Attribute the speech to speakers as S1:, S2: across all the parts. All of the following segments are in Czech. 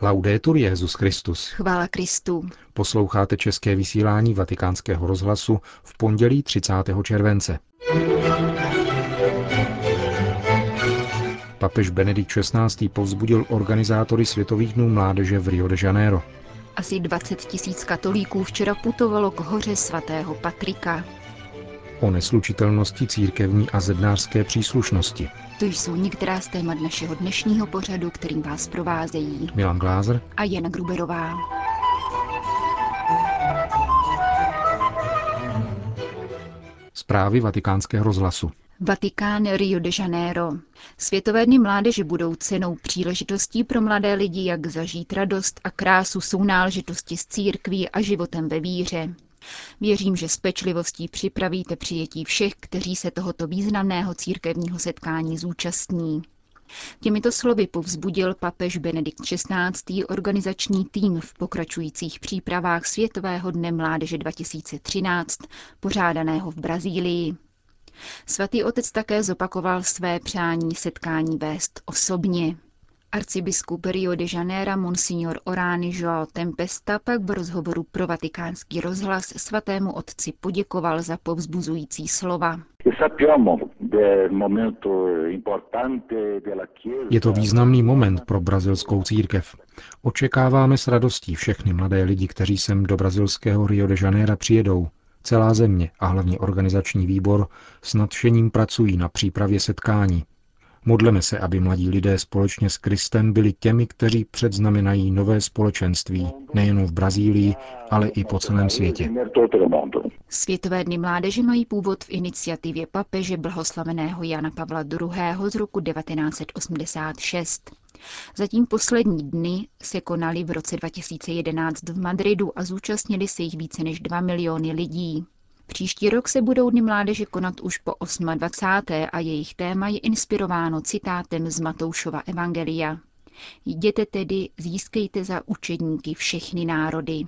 S1: Laudetur Jesus Christus.
S2: Chvála Kristu.
S1: Posloucháte české vysílání Vatikánského rozhlasu v pondělí 30. července. Papež Benedikt XVI. Povzbudil organizátory Světových dnů mládeže v Rio de Janeiro.
S2: Asi 20 000 katolíků včera putovalo k hoře svatého Patrika.
S1: O neslučitelnosti církevní a zednářské příslušnosti.
S2: To jsou některá z témat našeho dnešního pořadu, kterým vás provázejí
S1: Milan Glázer
S2: a Jana Gruberová.
S1: Zprávy Vatikánského rozhlasu.
S2: Vatikán, Rio de Janeiro. Světové dny mládeže budou cennou příležitostí pro mladé lidi, jak zažít radost a krásu sounáležitosti s církví a životem ve víře. Věřím, že s pečlivostí připravíte přijetí všech, kteří se tohoto významného církevního setkání zúčastní. Těmito slovy povzbudil papež Benedikt XVI. Organizační tým v pokračujících přípravách Světového dne mládeže 2013, pořádaného v Brazílii. Svatý otec také zopakoval své přání setkání vést osobně. Arcibiskup Rio de Janeiro Monsignor Orani João Tempesta pak v rozhovoru pro Vatikánský rozhlas svatému otci poděkoval za povzbuzující slova.
S1: Je to významný moment pro brazilskou církev. Očekáváme s radostí všechny mladé lidi, kteří sem do brazilského Rio de Janeiro přijedou. Celá země a hlavně organizační výbor s nadšením pracují na přípravě setkání. Modleme se, aby mladí lidé společně s Kristem byli těmi, kteří předznamenají nové společenství, nejen v Brazílii, ale i po celém světě.
S2: Světové dny mládeže mají původ v iniciativě papeže blahoslaveného Jana Pavla II. Z roku 1986. Zatím poslední dny se konaly v roce 2011 v Madridu a zúčastnili se jich více než 2 miliony lidí. Příští rok se budou dny mládeže konat už po 28. a jejich téma je inspirováno citátem z Matoušova evangelia. Jděte tedy, získejte za učedníky všechny národy.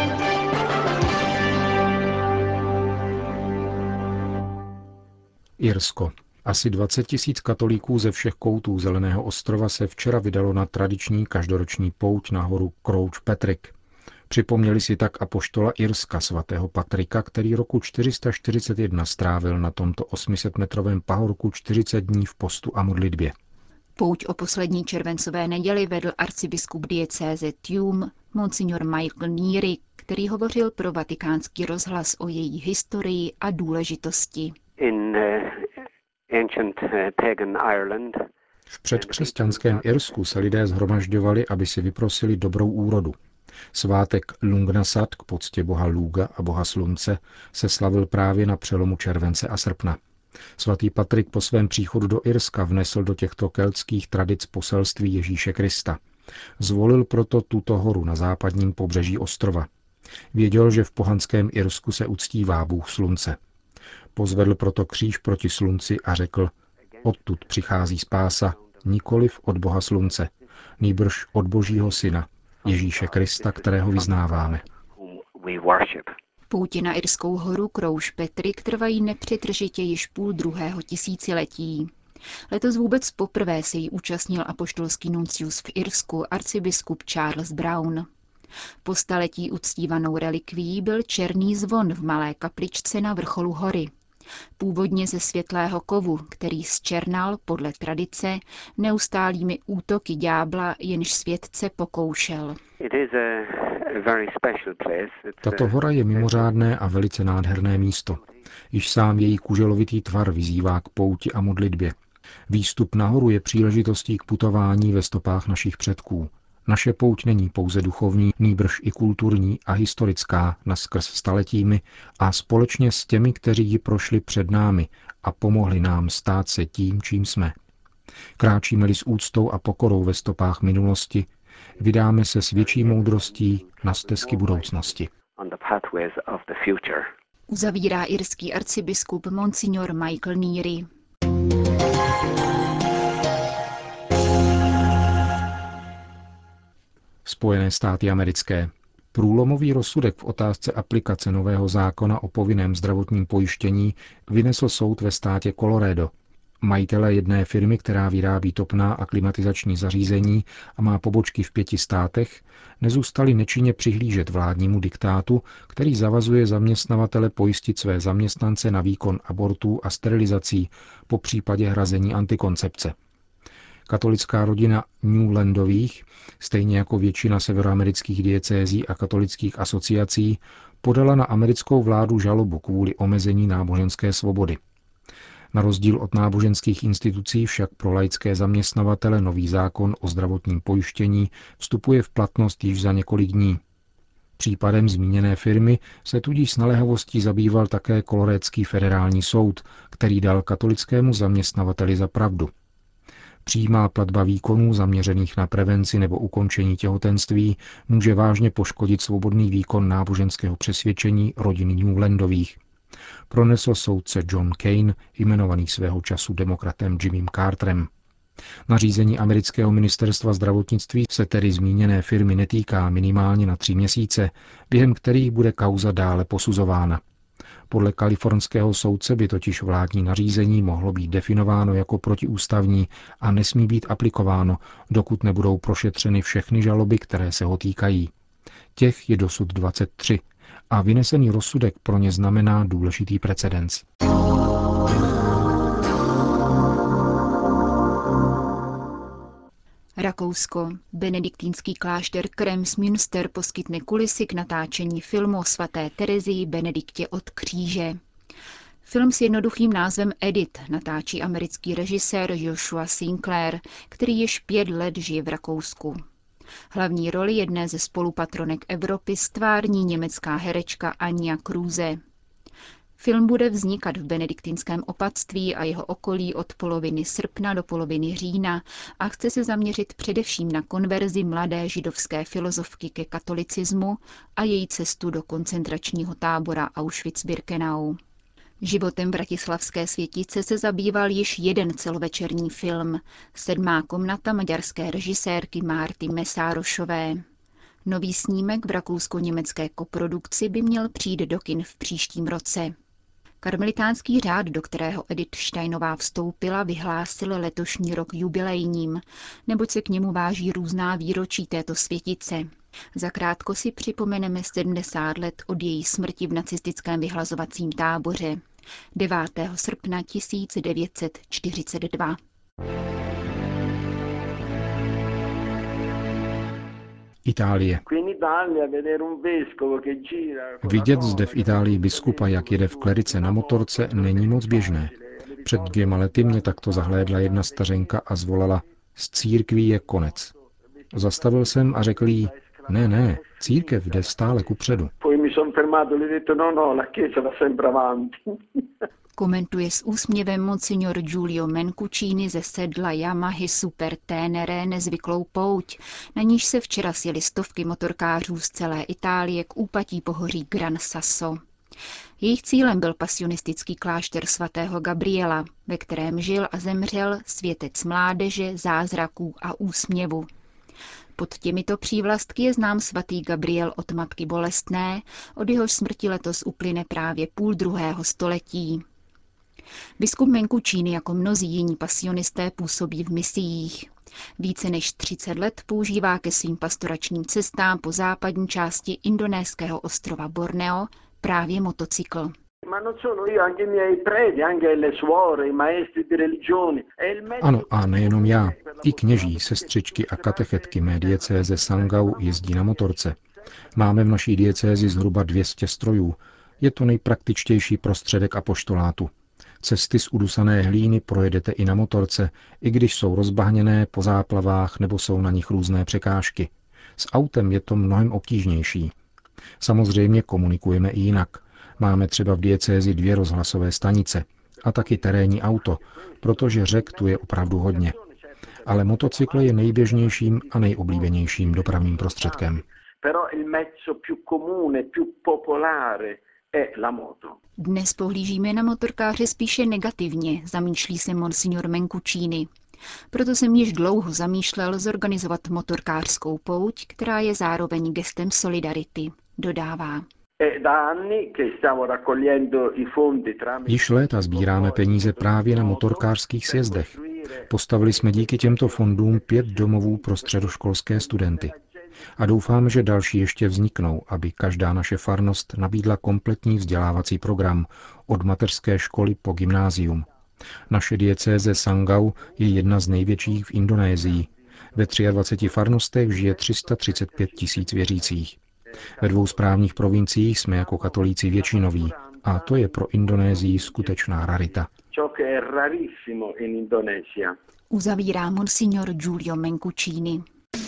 S1: Irsko. Asi 20 000 katolíků ze všech koutů Zeleného ostrova se včera vydalo na tradiční každoroční pouť na horu Crouch Patrick. Připomněli si tak apoštola Irska svatého Patrika, který roku 441 strávil na tomto 800-metrovém pahorku 40 dní v postu a modlitbě.
S2: Pouť o poslední červencové neděli vedl arcibiskup diecéze Tuam, Monsignor Michael Neary, který hovořil pro Vatikánský rozhlas o její historii a důležitosti.
S1: V předkřesťanském Irsku se lidé shromažďovali, aby si vyprosili dobrou úrodu. Svátek Lungnasat k poctě boha Luga a boha slunce se slavil právě na přelomu července a srpna. Svatý Patrik po svém příchodu do Irska vnesl do těchto keltských tradic poselství Ježíše Krista. Zvolil proto tuto horu na západním pobřeží ostrova. Věděl, že v pohanském Irsku se uctívá bůh slunce. Pozvedl proto kříž proti slunci a řekl: odtud přichází spása, nikoliv od boha slunce, nýbrž od božího syna, Ježíše Krista, kterého vyznáváme.
S2: Poutě na Irskou horu Crouch Patrick trvají nepřetržitě již 2,5 tisíciletí. Letos vůbec poprvé se jí účastnil apoštolský nuncius v Irsku arcibiskup Charles Brown. Po staletí uctívanou relikvií byl černý zvon v malé kapličce na vrcholu hory. Původně ze světlého kovu, který zčernal podle tradice neustálými útoky ďábla, jenž světce pokoušel.
S1: Tato hora je mimořádné a velice nádherné místo. Již sám její kuželovitý tvar vyzývá k pouti a modlitbě. Výstup nahoru je příležitostí k putování ve stopách našich předků. Naše pouť není pouze duchovní, nýbrž i kulturní a historická naskrz staletími a společně s těmi, kteří ji prošli před námi a pomohli nám stát se tím, čím jsme. Kráčíme-li s úctou a pokorou ve stopách minulosti, vydáme se s větší moudrostí na stezky budoucnosti.
S2: Uzavírá irský arcibiskup Monsignor Michael Neary.
S1: Spojené státy americké. Průlomový rozsudek v otázce aplikace nového zákona o povinném zdravotním pojištění vynesl soud ve státě Colorado. Majitelé jedné firmy, která vyrábí topná a klimatizační zařízení a má pobočky v 5 státech, nezůstali nečinně přihlížet vládnímu diktátu, který zavazuje zaměstnavatele pojistit své zaměstnance na výkon abortů a sterilizací, po případě hrazení antikoncepce. Katolická rodina Newlandových, stejně jako většina severoamerických diecézí a katolických asociací, podala na americkou vládu žalobu kvůli omezení náboženské svobody. Na rozdíl od náboženských institucí však pro laické zaměstnavatele nový zákon o zdravotním pojištění vstupuje v platnost již za několik dní. Případem zmíněné firmy se tudíž s naléhavostí zabýval také Kolorédský federální soud, který dal katolickému zaměstnavateli za pravdu. Přímá platba výkonů zaměřených na prevenci nebo ukončení těhotenství může vážně poškodit svobodný výkon náboženského přesvědčení rodiny Newlandových, pronesl soudce John Kane, jmenovaný svého času demokratem Jimmym Carterem. Nařízení amerického ministerstva zdravotnictví se tedy zmíněné firmy netýká minimálně na 3 měsíce, během kterých bude kauza dále posuzována. Podle kalifornského soudce by totiž vládní nařízení mohlo být definováno jako protiústavní a nesmí být aplikováno, dokud nebudou prošetřeny všechny žaloby, které se ho týkají. Těch je dosud 23 a vynesený rozsudek pro ně znamená důležitý precedens.
S2: Rakousko. Benediktínský klášter Kremsmünster poskytne kulisy k natáčení filmu o svaté Terezii Benediktě od kříže. Film s jednoduchým názvem Edith natáčí americký režisér Joshua Sinclair, který již 5 let žije v Rakousku. Hlavní roli jedné ze spolupatronek Evropy stvární německá herečka Anja Kruse. Film bude vznikat v benediktinském opatství a jeho okolí od poloviny srpna do poloviny října a chce se zaměřit především na konverzi mladé židovské filozofky ke katolicismu a její cestu do koncentračního tábora Auschwitz-Birkenau. Životem bratislavské světice se zabýval již jeden celovečerní film, 7. komnata maďarské režisérky Márty Mesárošové. Nový snímek v rakousko-německé koprodukci by měl přijít do kin v příštím roce. Karmelitánský řád, do kterého Edith Steinová vstoupila, vyhlásil letošní rok jubilejním, neboť se k němu váží různá výročí této světice. Zakrátko si připomeneme 70 let od její smrti v nacistickém vyhlazovacím táboře 9. srpna 1942.
S1: Itálie. Vidět zde v Itálii biskupa, jak jede v klerice na motorce, není moc běžné. Před 2 lety mě takto zahlédla jedna stařenka a zvolala: "Z církví je konec." Zastavil jsem a řekl jí: Ne, církev jde stále kupředu.
S2: Komentuje s úsměvem monsignor Giulio Mencucini ze sedla Yamahy Super Tenere nezvyklou pouť, na níž se včera sjeli stovky motorkářů z celé Itálie k úpatí pohoří Gran Sasso. Jejich cílem byl pasionistický klášter svatého Gabriela, ve kterém žil a zemřel světec mládeže, zázraků a úsměvu. Pod těmito přívlastky je znám svatý Gabriel od matky bolestné, od jehož smrti letos uplyne právě 2. století. Biskup Mencucini jako mnozí jiní pasionisté působí v misiích. Více než 30 let používá ke svým pastoračním cestám po západní části indonéského ostrova Borneo právě motocykl.
S1: Ano, a nejenom já. I kněží, sestřičky a katechetky mé diecéze Sangau jezdí na motorce. Máme v naší diecézi zhruba 200 strojů. Je to nejpraktičtější prostředek apoštolátu. Cesty z udusané hlíny projedete i na motorce, i když jsou rozbahněné po záplavách nebo jsou na nich různé překážky. S autem je to mnohem obtížnější. Samozřejmě komunikujeme i jinak. Máme třeba v diecézi 2 rozhlasové stanice a taky terénní auto, protože řek tu je opravdu hodně. Ale motocykl je nejběžnějším a nejoblíbenějším dopravním prostředkem.
S2: Dnes pohlížíme na motorkáře spíše negativně, zamýšlí se monsignor Mencucini. Proto jsem již dlouho zamýšlel zorganizovat motorkářskou pouť, která je zároveň gestem solidarity, dodává.
S1: Již léta sbíráme peníze právě na motorkářských sjezdech. Postavili jsme díky těmto fondům 5 domovů pro středoškolské studenty. A doufáme, že další ještě vzniknou, aby každá naše farnost nabídla kompletní vzdělávací program od mateřské školy po gymnázium. Naše diecéze Sangau je jedna z největších v Indonésii. Ve 23 farnostech žije 335 000 věřících. Ve 2 správních provinciích jsme jako katolíci většinoví a to je pro Indonésii skutečná rarita.
S2: Uzavírá monsignor Giulio Mencucini.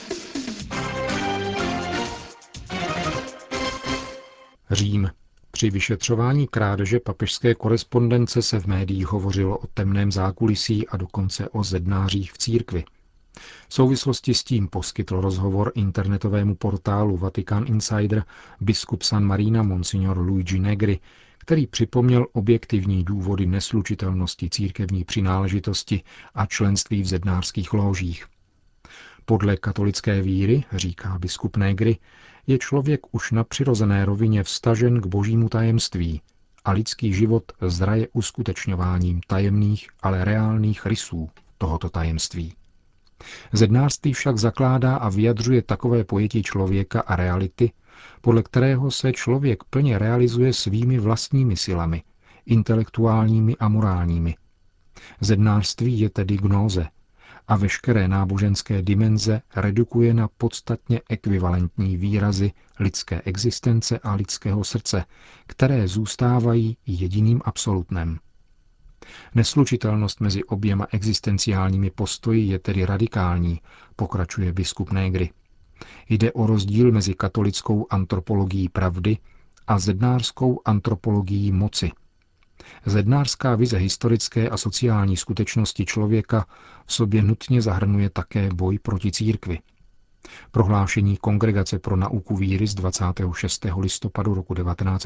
S1: Řím. Při vyšetřování krádeže papežské korespondence se v médiích hovořilo o temném zákulisí a dokonce o zednářích v církvi. V souvislosti s tím poskytl rozhovor internetovému portálu Vatican Insider biskup San Marina monsignor Luigi Negri, který připomněl objektivní důvody neslučitelnosti církevní přináležitosti a členství v zednářských lóžích. Podle katolické víry, říká biskup Negri, je člověk už na přirozené rovině vztažen k božímu tajemství a lidský život zraje uskutečňováním tajemných, ale reálných rysů tohoto tajemství. Zednářství však zakládá a vyjadřuje takové pojetí člověka a reality, podle kterého se člověk plně realizuje svými vlastními silami, intelektuálními a morálními. Zednářství je tedy gnóze a veškeré náboženské dimenze redukuje na podstatně ekvivalentní výrazy lidské existence a lidského srdce, které zůstávají jediným absolutnem. Neslučitelnost mezi oběma existenciálními postoji je tedy radikální, pokračuje biskup Negri. Jde o rozdíl mezi katolickou antropologií pravdy a zednářskou antropologií moci. Zednářská vize historické a sociální skutečnosti člověka v sobě nutně zahrnuje také boj proti církvi. Prohlášení Kongregace pro nauku víry z 26. listopadu roku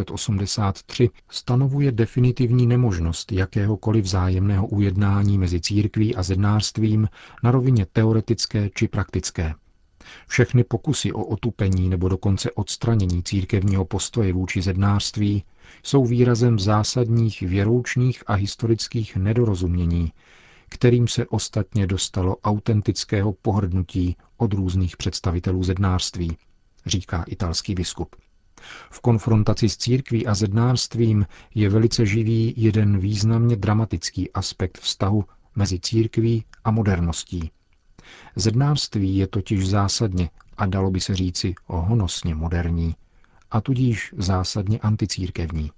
S1: 1983 stanovuje definitivní nemožnost jakéhokoliv vzájemného ujednání mezi církví a zednářstvím na rovině teoretické či praktické. Všechny pokusy o otupení nebo dokonce odstranění církevního postoje vůči zednářství jsou výrazem zásadních věroučních a historických nedorozumění, kterým se ostatně dostalo autentického pohrdnutí od různých představitelů zednářství, říká italský biskup. V konfrontaci s církví a zednářstvím je velice živý jeden významně dramatický aspekt vztahu mezi církví a moderností. Zednářství je totiž zásadně, a dalo by se říci honosně moderní, a tudíž zásadně anticírkevní.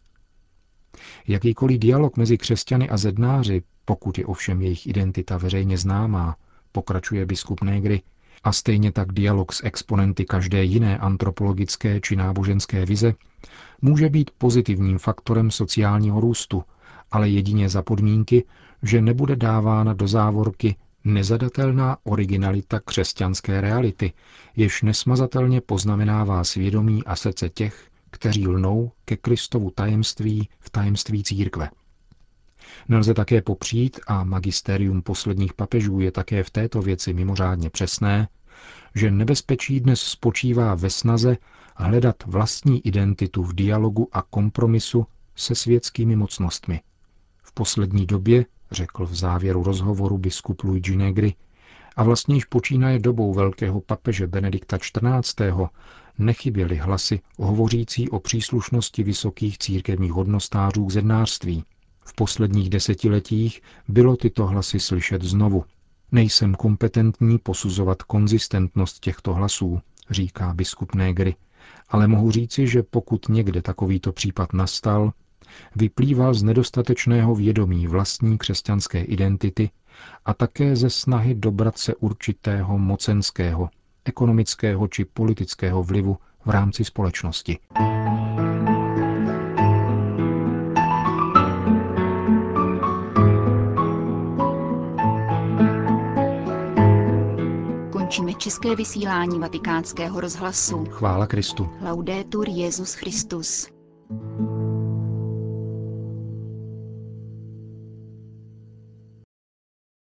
S1: Jakýkoliv dialog mezi křesťany a zednáři, pokud je ovšem jejich identita veřejně známá, pokračuje biskup Negri, a stejně tak dialog s exponenty každé jiné antropologické či náboženské vize, může být pozitivním faktorem sociálního růstu, ale jedině za podmínky, že nebude dávána do závorky nezadatelná originalita křesťanské reality, jež nesmazatelně poznamenává svědomí a srdce těch, kteří lnou ke Kristovu tajemství v tajemství církve. Nelze také popřít, a magisterium posledních papežů je také v této věci mimořádně přesné, že nebezpečí dnes spočívá ve snaze hledat vlastní identitu v dialogu a kompromisu se světskými mocnostmi. V poslední době, řekl v závěru rozhovoru biskup Luigi Negri, a vlastně již počínaje dobou velkého papeže Benedikta XIV., nechyběly hlasy hovořící o příslušnosti vysokých církevních hodnostářů k zednářství. V posledních desetiletích bylo tyto hlasy slyšet znovu. Nejsem kompetentní posuzovat konzistentnost těchto hlasů, říká biskup Negri, ale mohu říci, že pokud někde takovýto případ nastal, vyplýval z nedostatečného vědomí vlastní křesťanské identity a také ze snahy dobrat se určitého mocenského, ekonomického či politického vlivu v rámci společnosti.
S2: Končíme české vysílání Vatikánského rozhlasu.
S1: Chvála Kristu.
S2: Laudetur Jesus Christus.